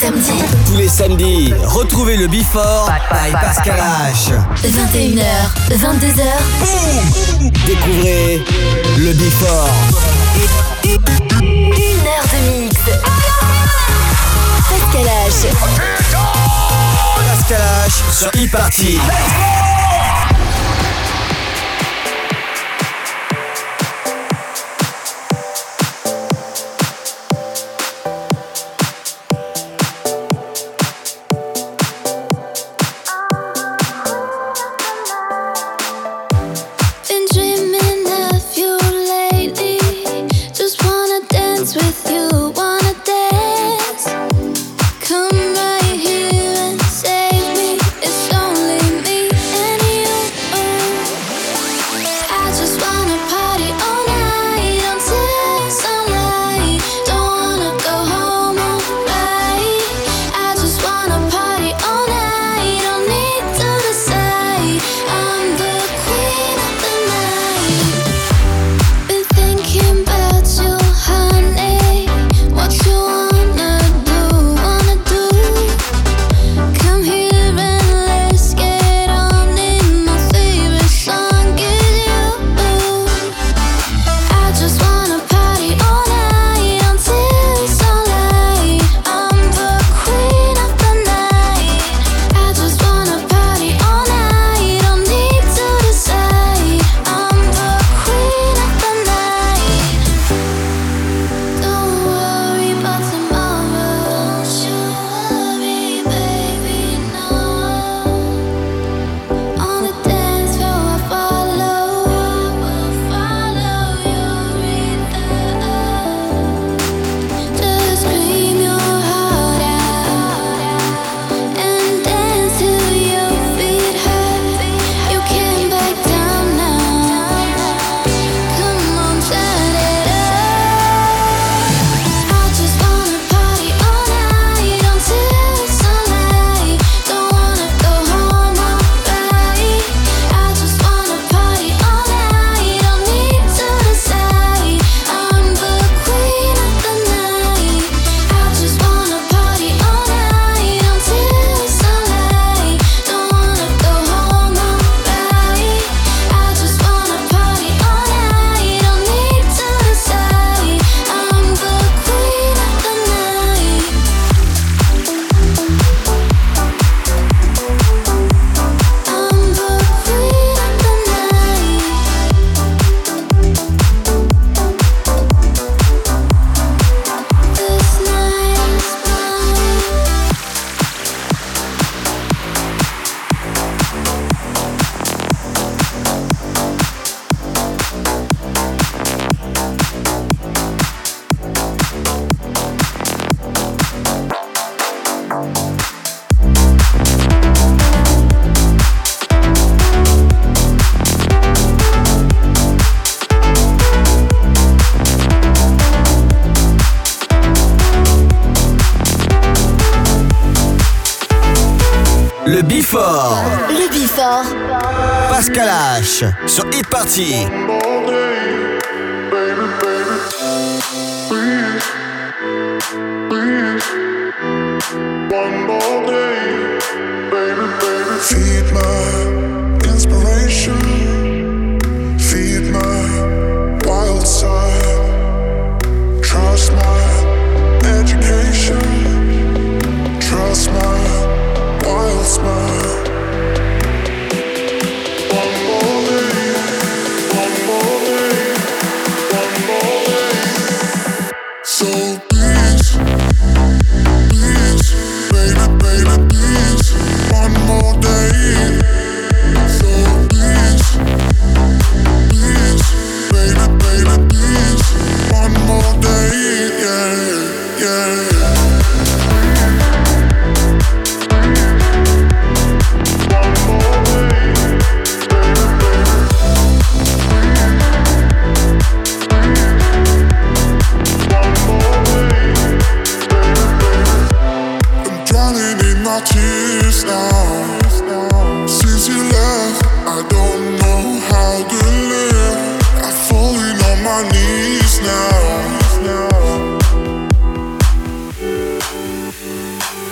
samedis. Tous les samedis, retrouvez le Before by Pascal H. 21h, 22h. Boum! Découvrez le Before. 1 heure de mix. Pascal H. Pascal H sur e-party. Le Before. Le Before. Pascal H sur e-party. Feed my inspiration, feed my wild side, trust my education, trust my wild smile. One more day, one more day, one more day. So please, please, baby, baby, please, one more day. So please, please, baby, baby, please, one more day. Yeah, yeah. Tears now. Since you left, I don't know how to live. I'm falling on my knees now.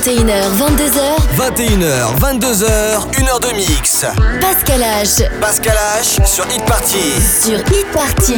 21h, 22h. 21h, 22h, 1h de mix. Pascal H. Pascal H sur Hit Party. Sur Hit Party.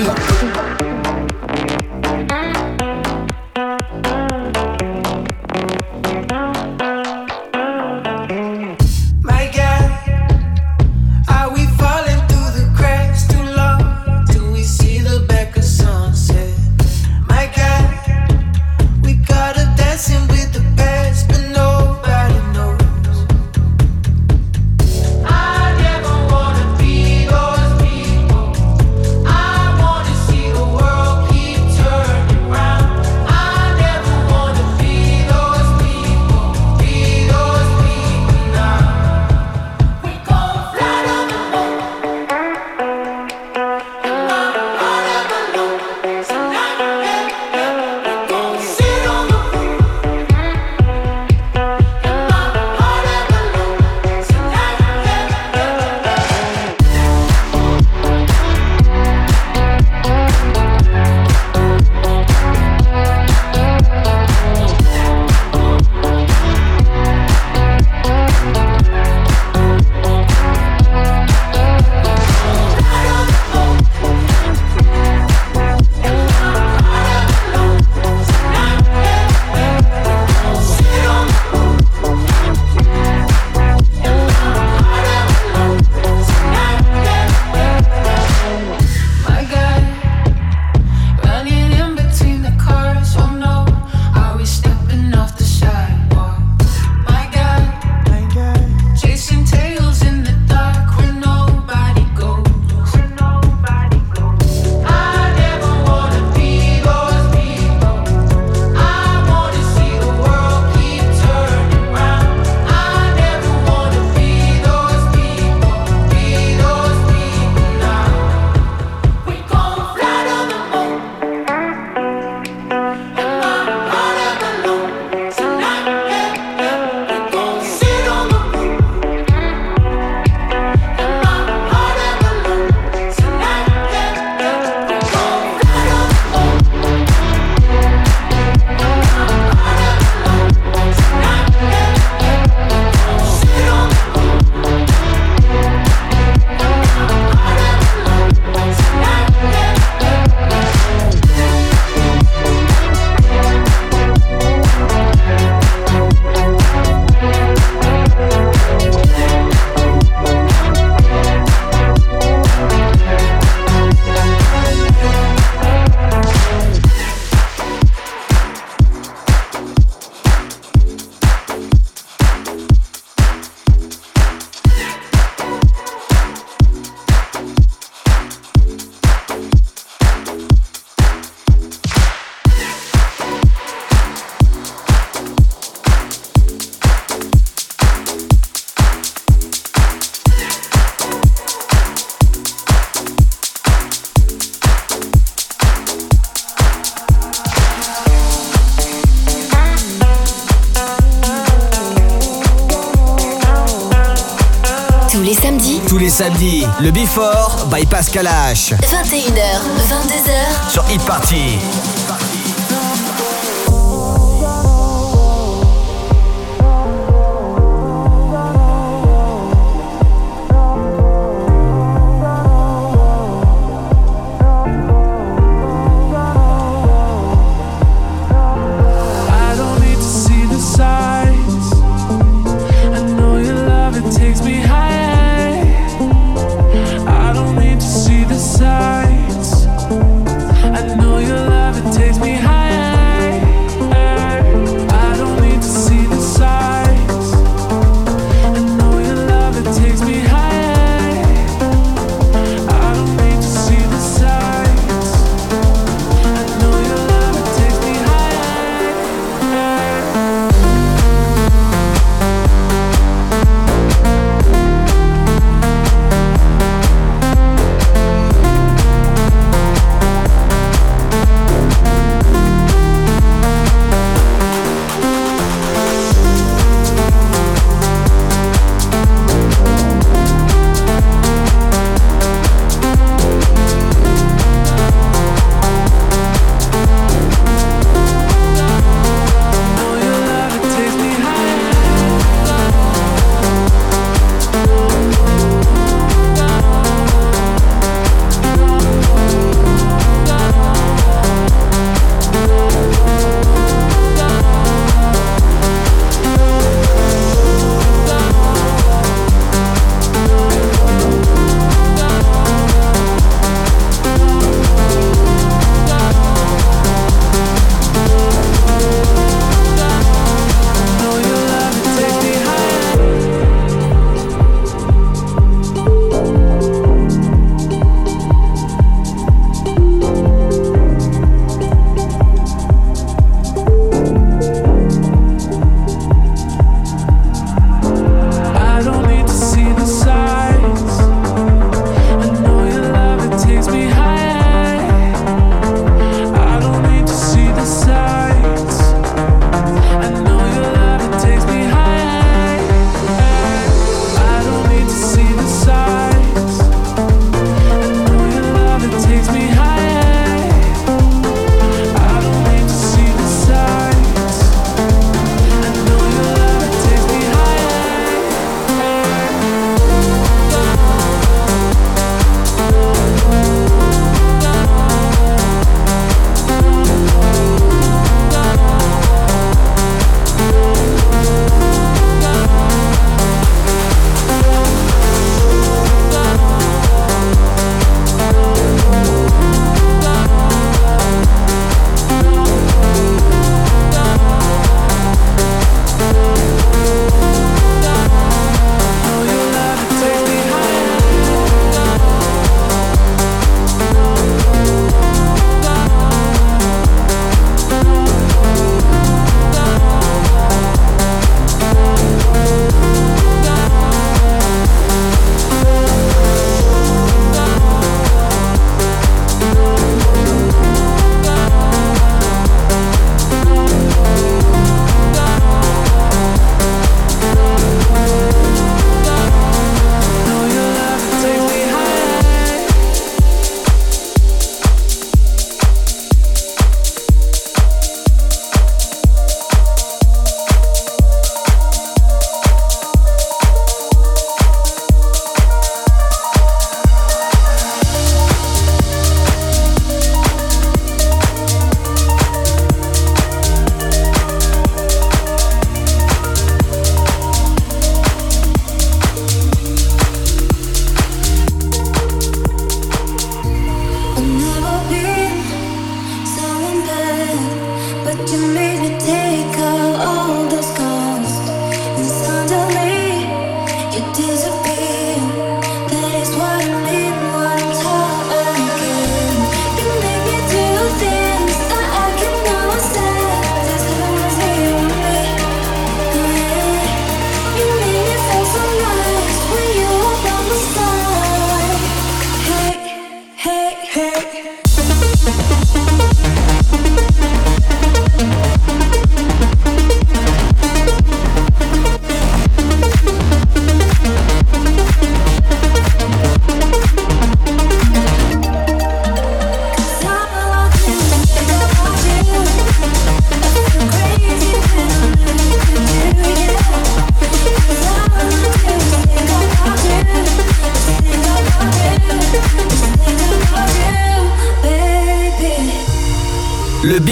Tous les samedis, le Before by Pascal H. 21h, 22h. Sur Hit Party. I know your love, it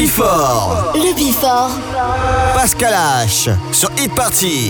Before. Le Before. Pascal H sur Hit Party.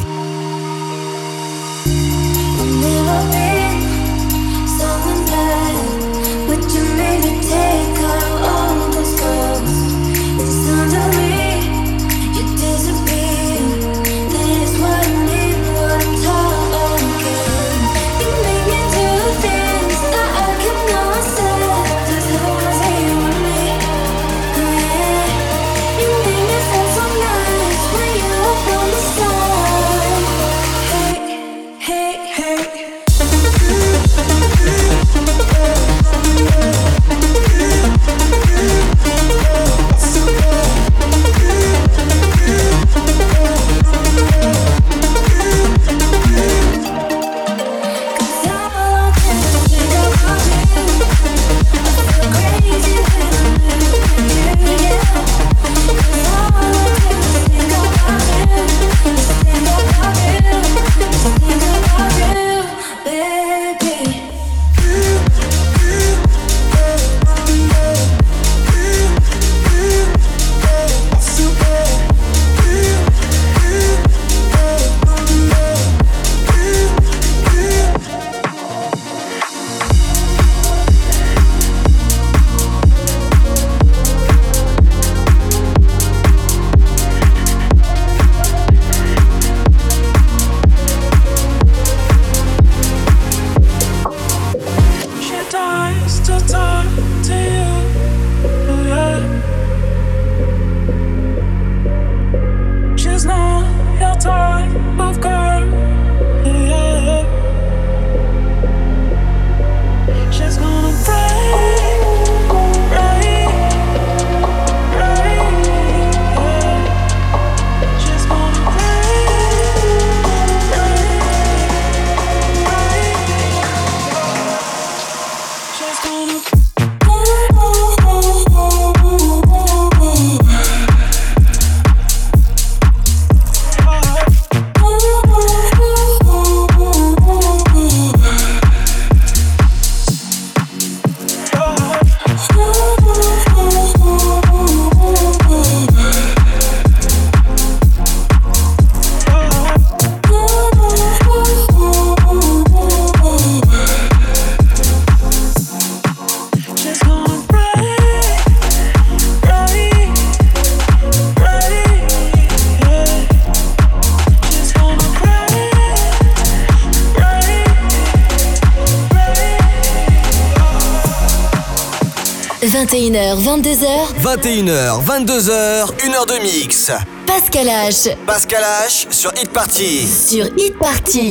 h 22h. 21h, 22h, 1h de mix. Pascal H. Pascal H sur Hit Party. Sur Hit Party.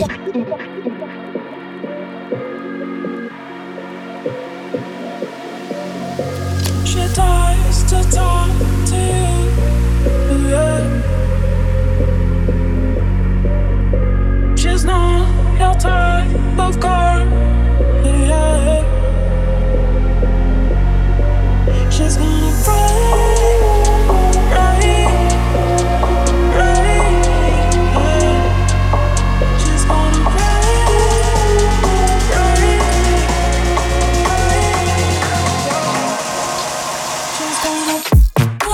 She tries to talk to you, yeah. She's not your type of girl, yeah. She's gonna break, yeah. She's gonna break.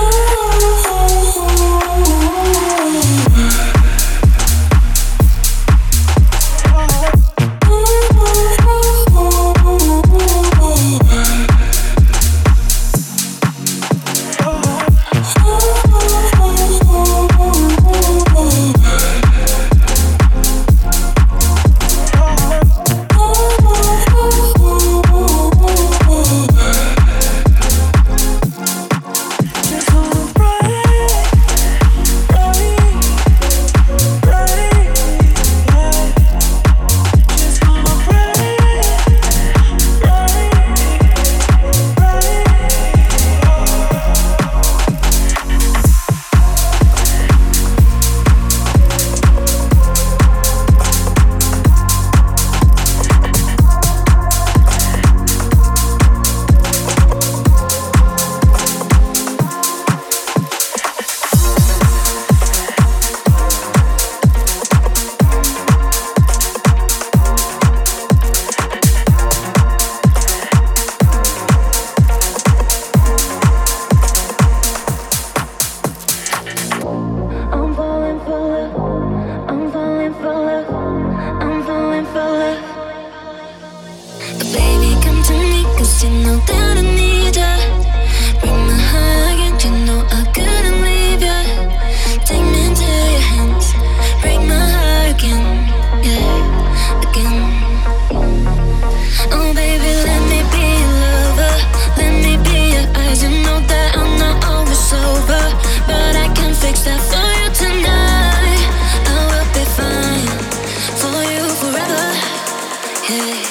'cause you know that I need ya. Break my heart again, you know I couldn't leave ya. Take me into your hands, break my heart again, yeah, again. Oh baby, let me be your lover, let me be your eyes. You know that I'm not always sober, but I can fix that for you tonight. I will be fine for you forever, yeah.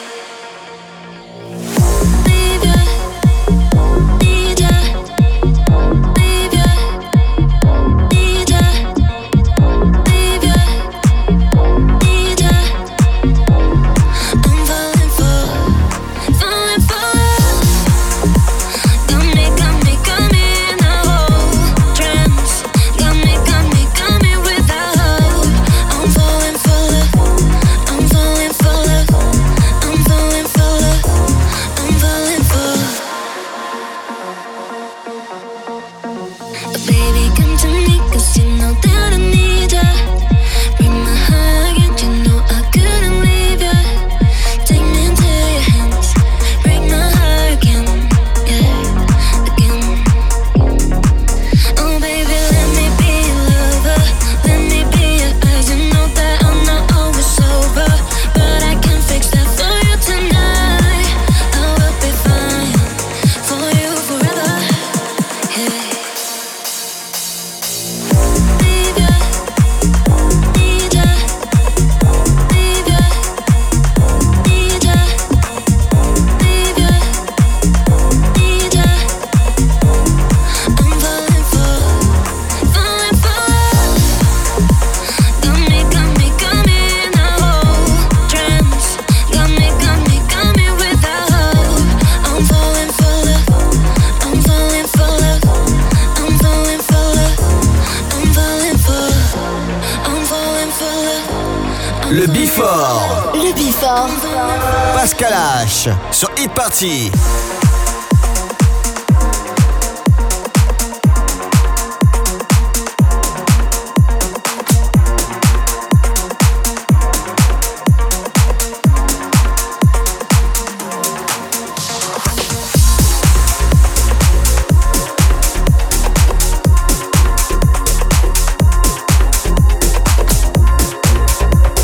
Le Before. Le Before. Pascal H sur Hit Party.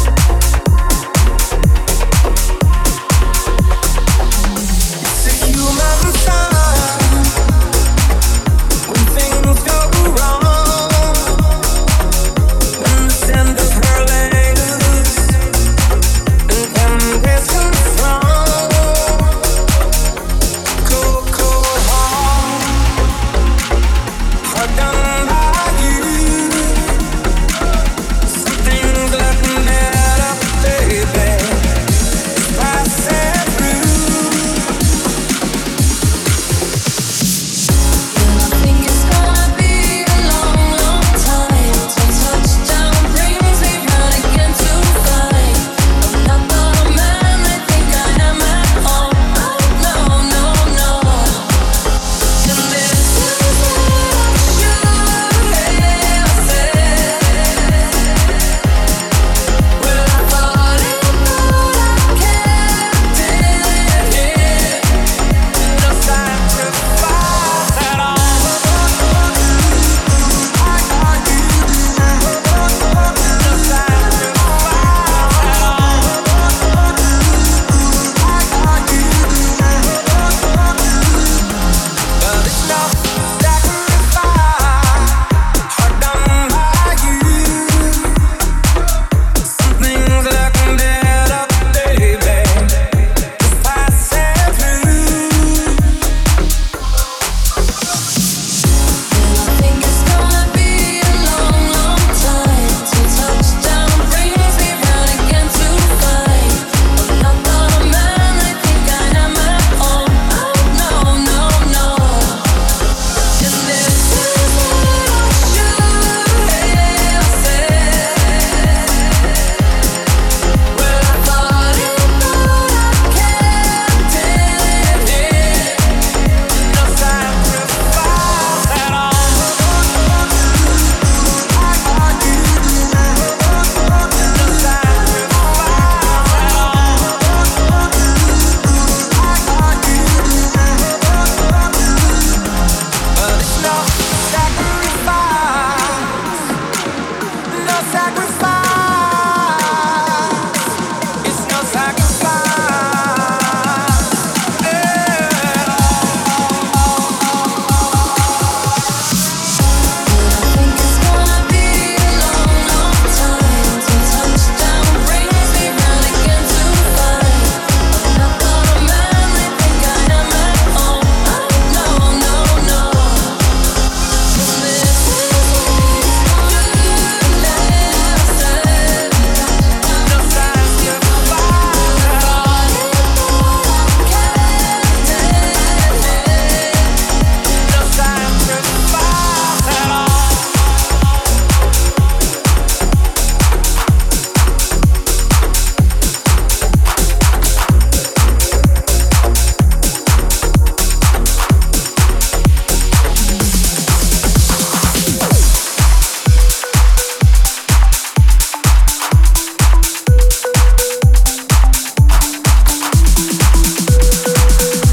Human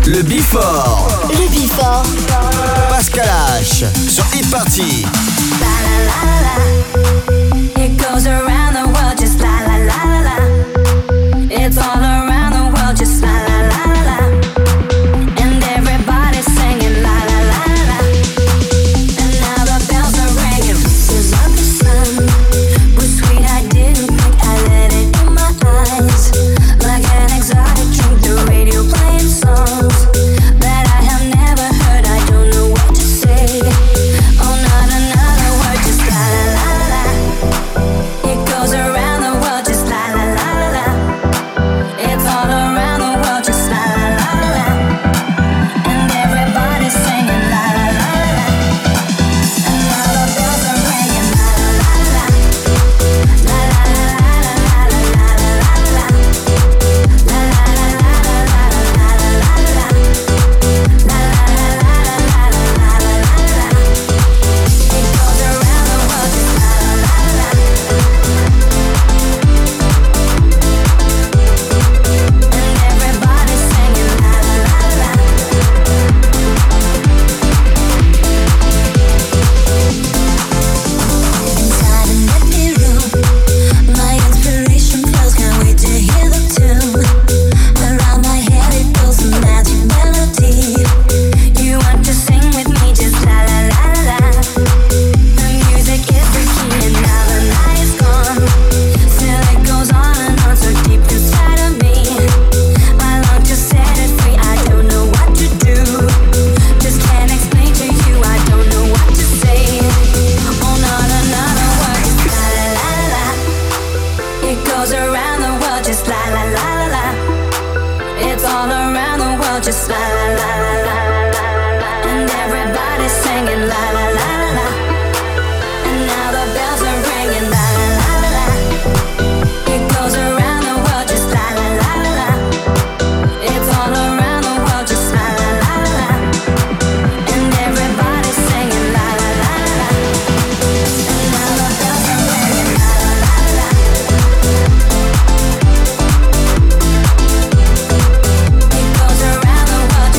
Le Before. Le Before. Pascal H sur Hit Party. La la la la. It goes around the world just la la la la la. It's all around the world just la la la la la. And everybody's singing la la la la la. And now the bells are ringing. Pieces of the sun was sweet. I didn't think I let it in my eyes. Like an exotic drink, the radio playing songs that I have never heard. I don't know what to say. Oh, not another word, just la la la la. It goes around the world, just la la la la la. It's all around the world, just la la la la la. And everybody's singing la la la la la. And now the bells are ringing la la la la. La la la la la la la la la. La la la la la la la la la. La la la la la la la la. It goes around the world, just la la la la. And everybody's singing la la la la. Inside an empty room, my inspiration flows. Can't wait to hear the tune. Around my head it goes a magic melody. You want to sing with me, just la la la la la. The music is the key, and now the night is gone. Still it goes on and on, so deep inside of me. I long to set it free. I don't know what to do. Just can't explain to you. I don't know what to say. Oh, not another word, just la la la la. It goes around the world, just la la la la la. It's all around the world, just la la la la la. And everybody's singing la la la la la. And now the bells are ringing la la la la la. It goes around the world, just la la la la la. It's all around the world, just la la la la la. And everybody's singing la la la la la. And now the bells are ringing la la la la la. It goes around the world,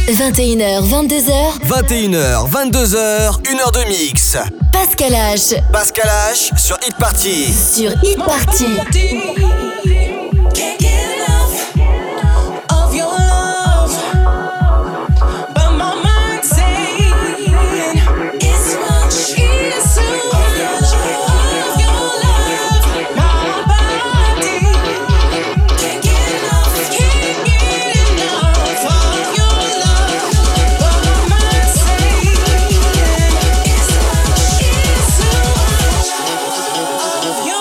21h, 22h. 21h, 22h, 1h de mix. Pascal H. Pascal H sur Hit Party. Sur Hit Party. Can't get enough of your love, but my mind's saying it's much easier. Of your love, my body can't get enough of your love, but my mind's saying it's much easier of your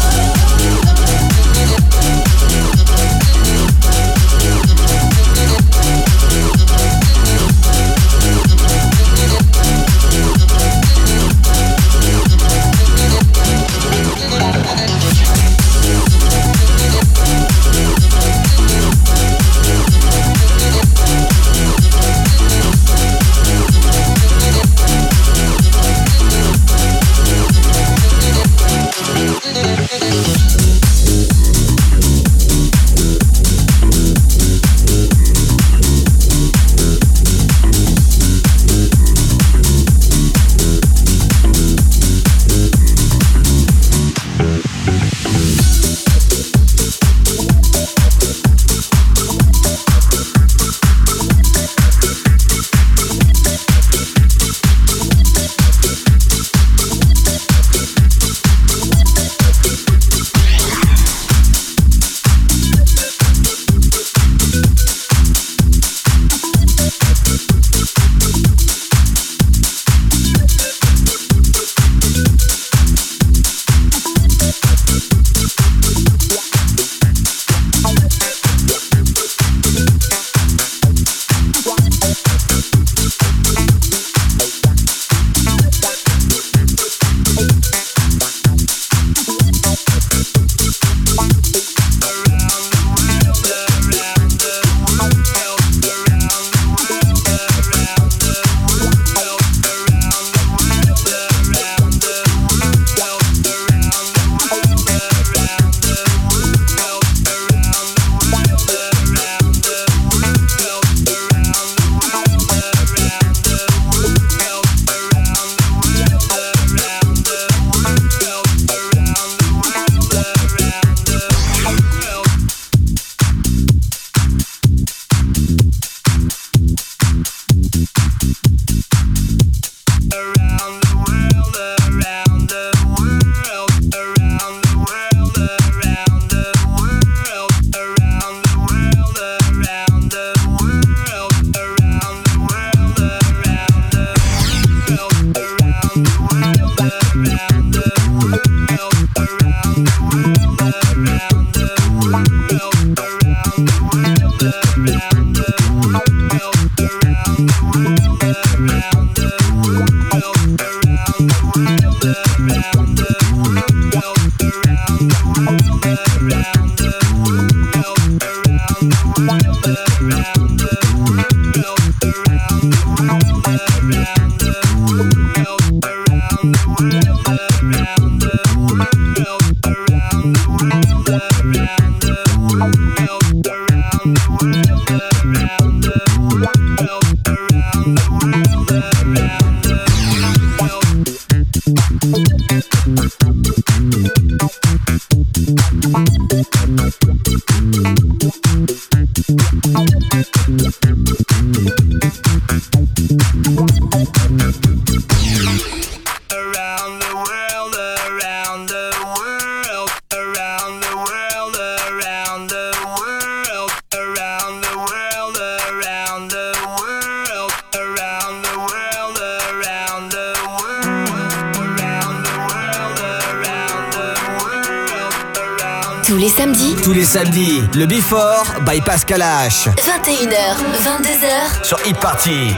Tous les samedis, le Before by Pascal H. 21h, 22h. Sur Hit Party.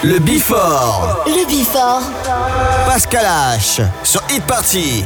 Le Before. Le Before. Pascal H sur Hit Party.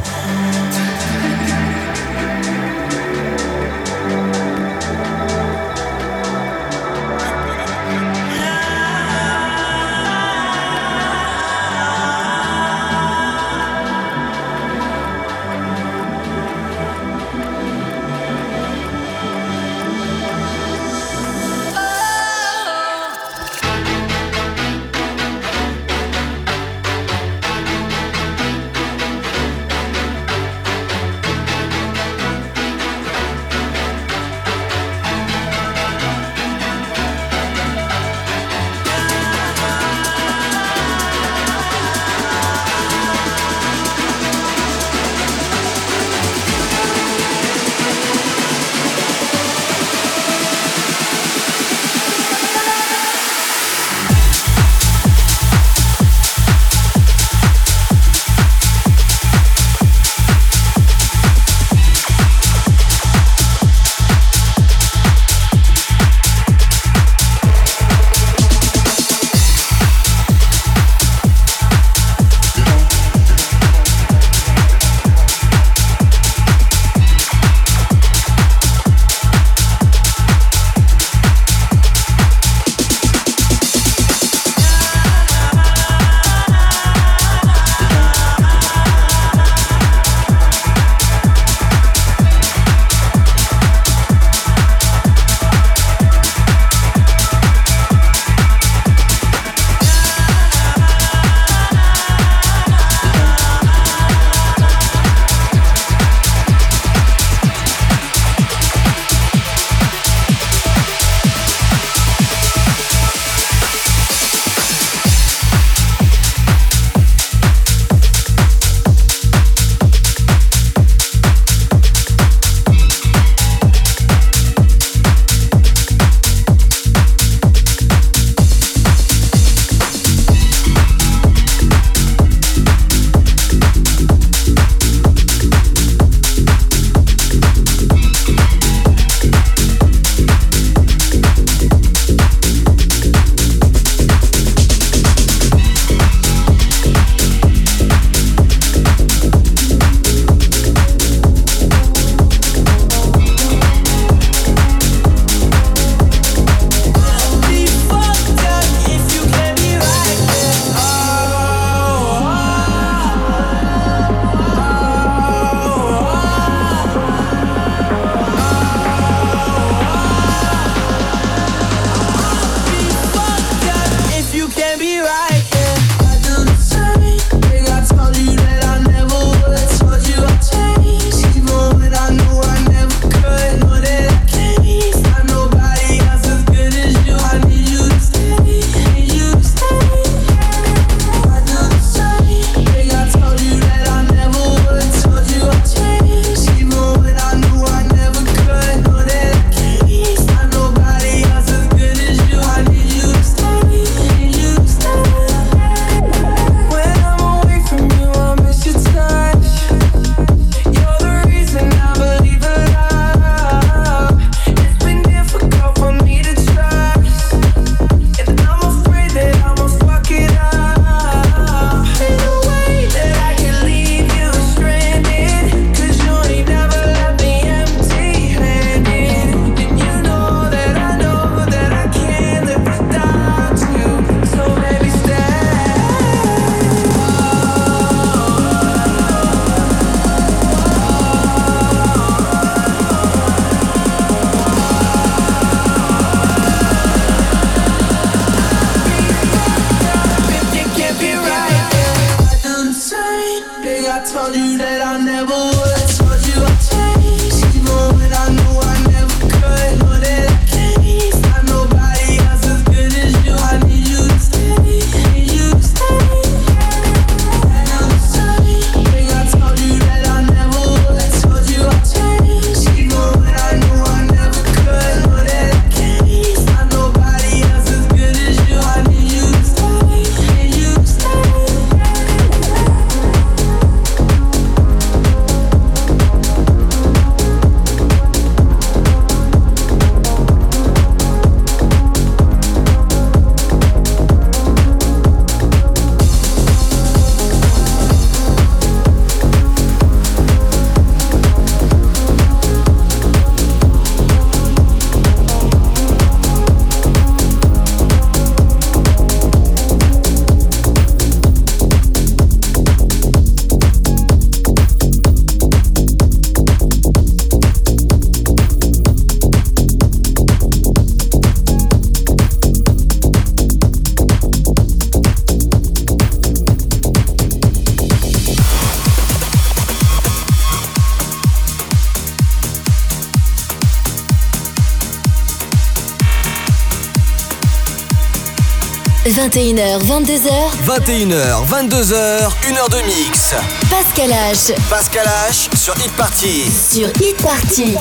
21h, 22h. 21h, 22h, 1h de mix. Pascal H. Pascal H sur Hit Party. Sur Hit Party.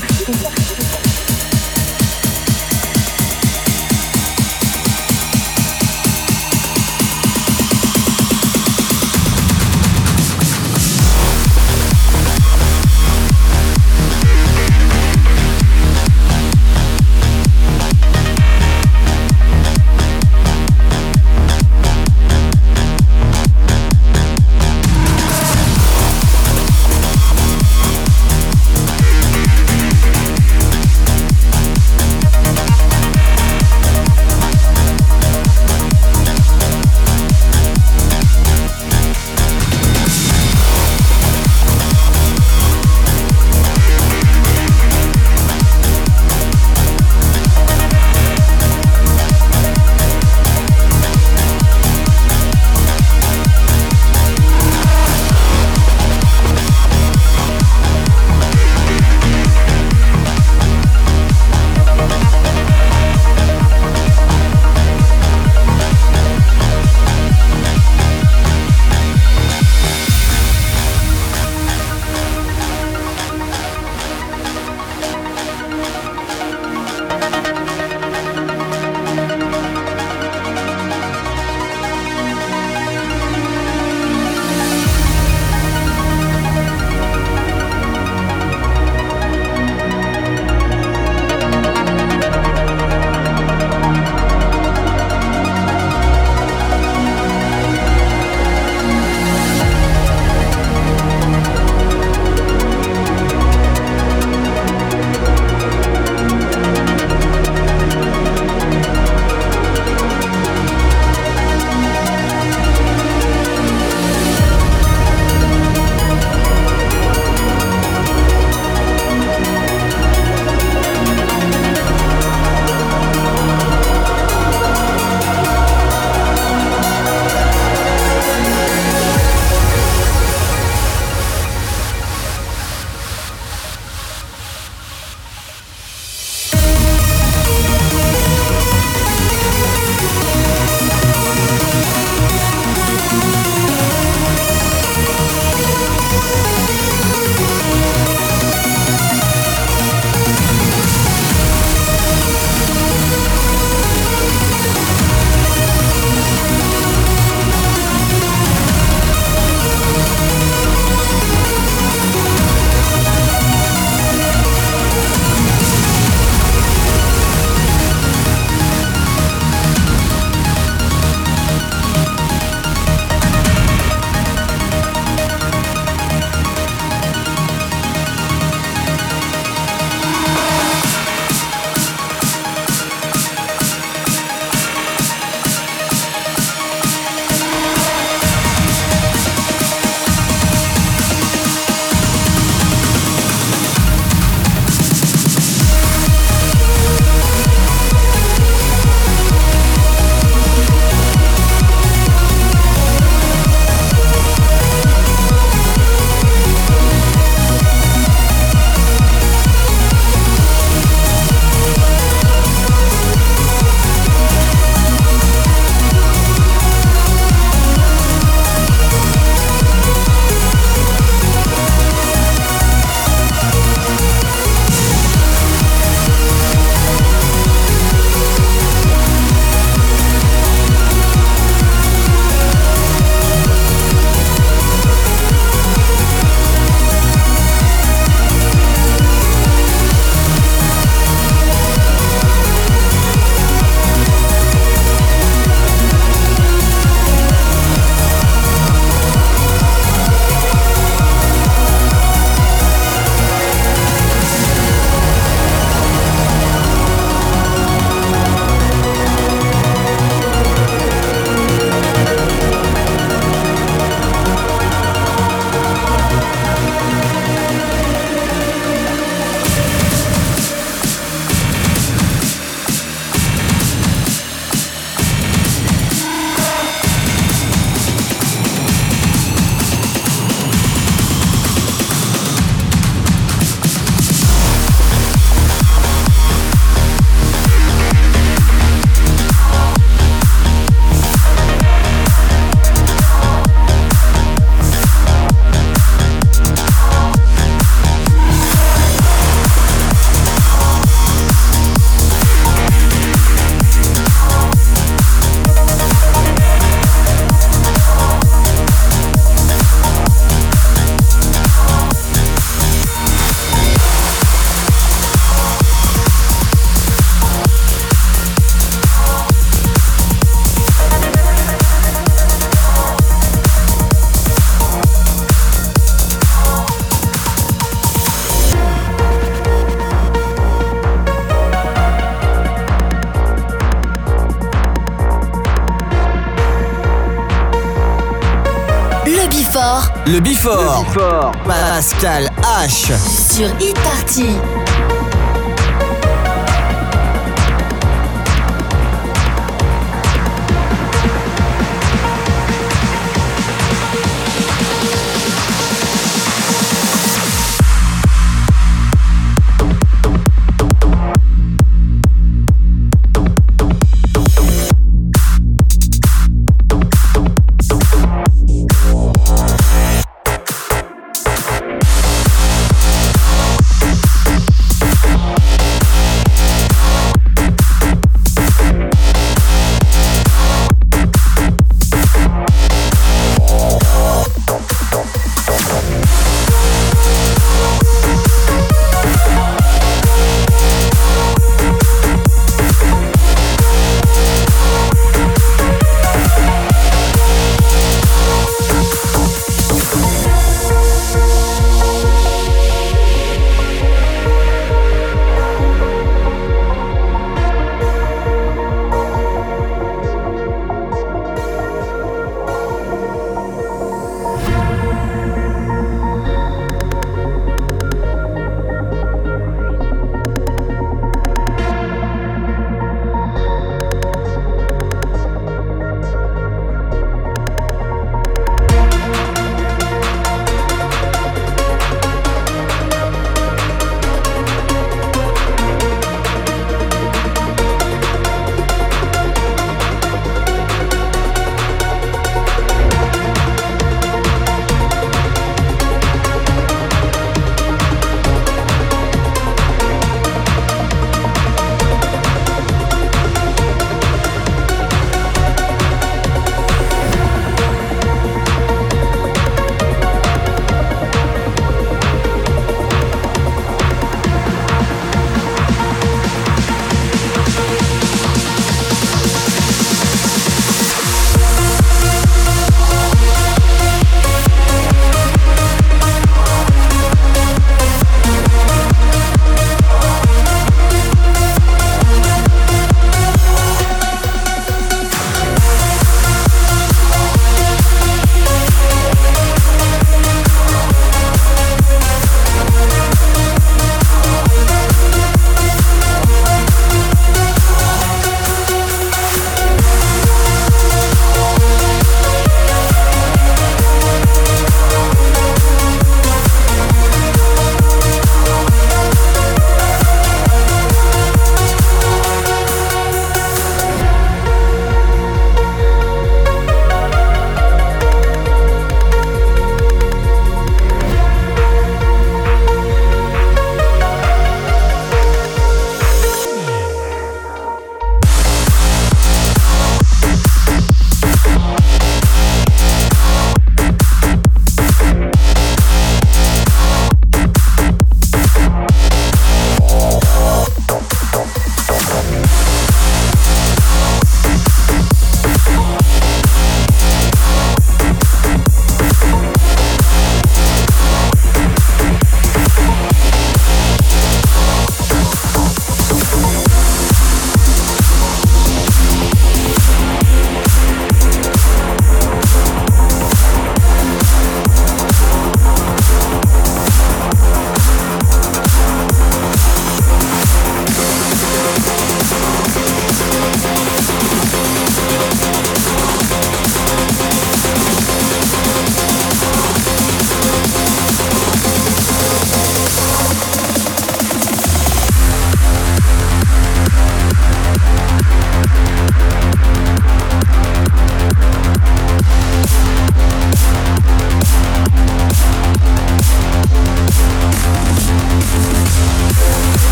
Le Before. Pascal H. Sur Hit Party.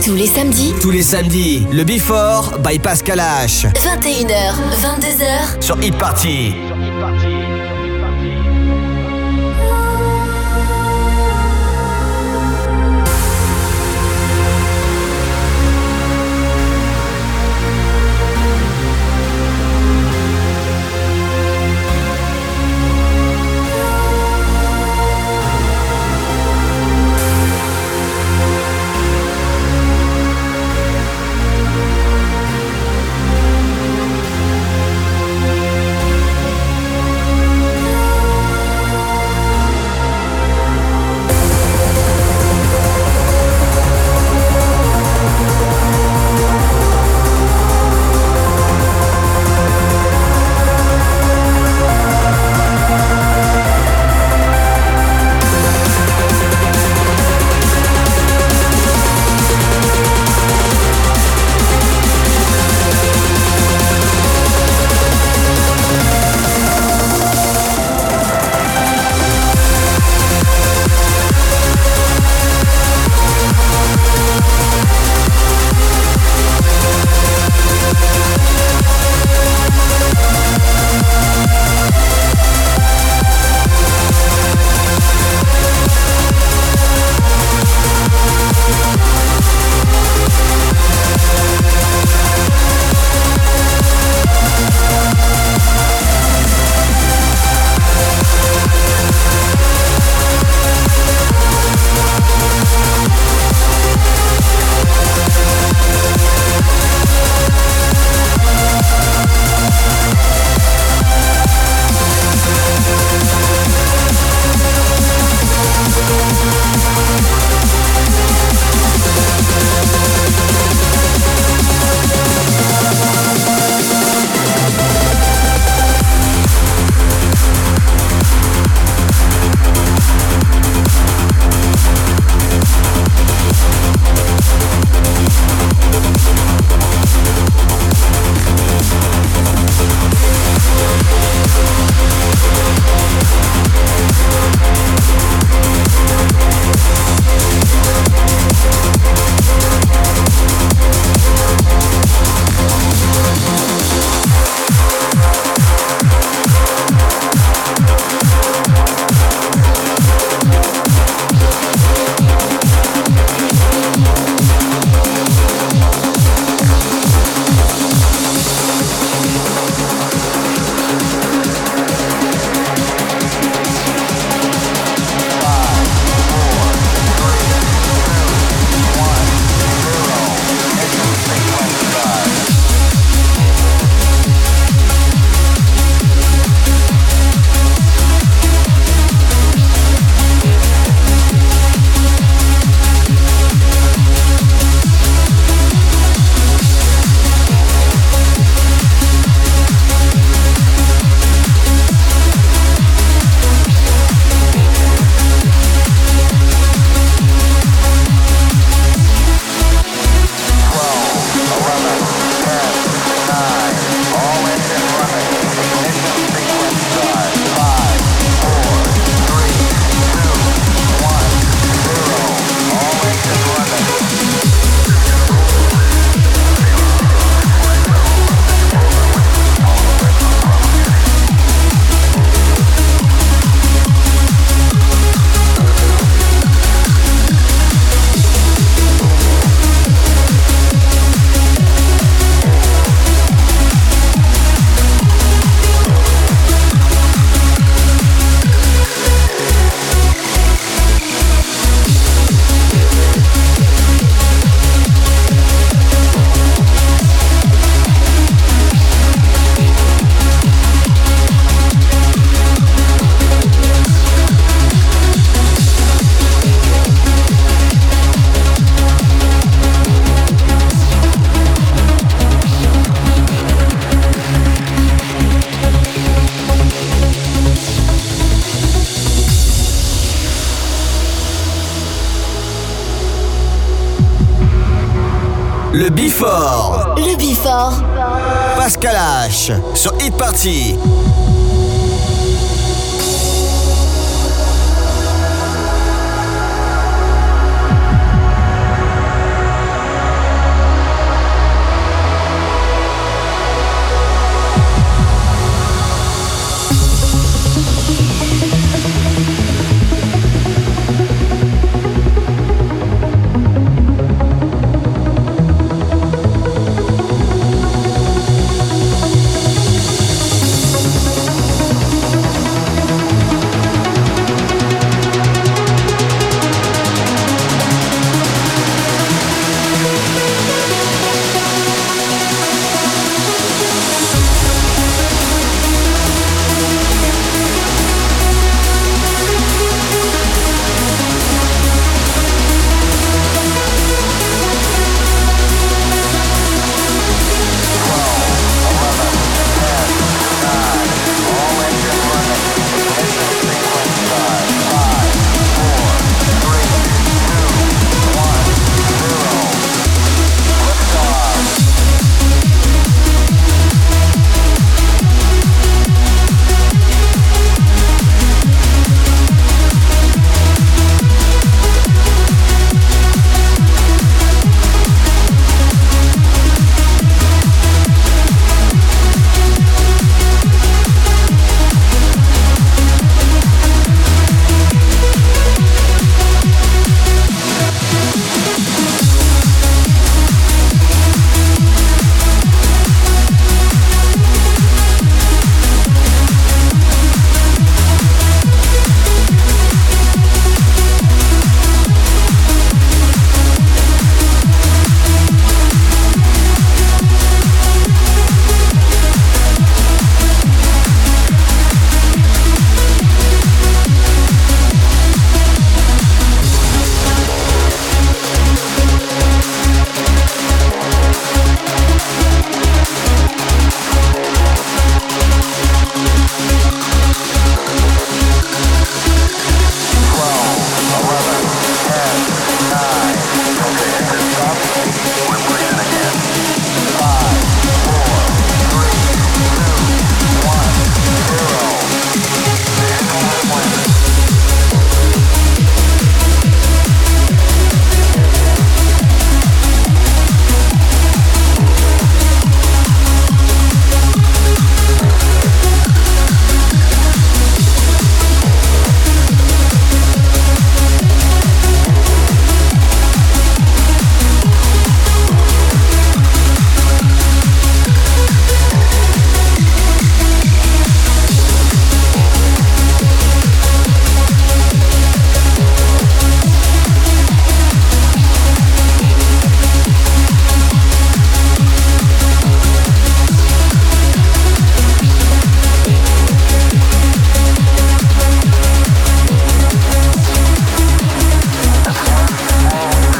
Tous les samedis, le Before by Pascal H. 21h, 22h. Sur Hit Party. Le Before. Le Before. Pascal H sur Hit Party.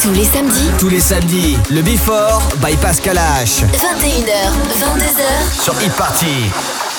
Tous les samedis, le Before by Pascal H. 21h, 22h. Sur Hit Party.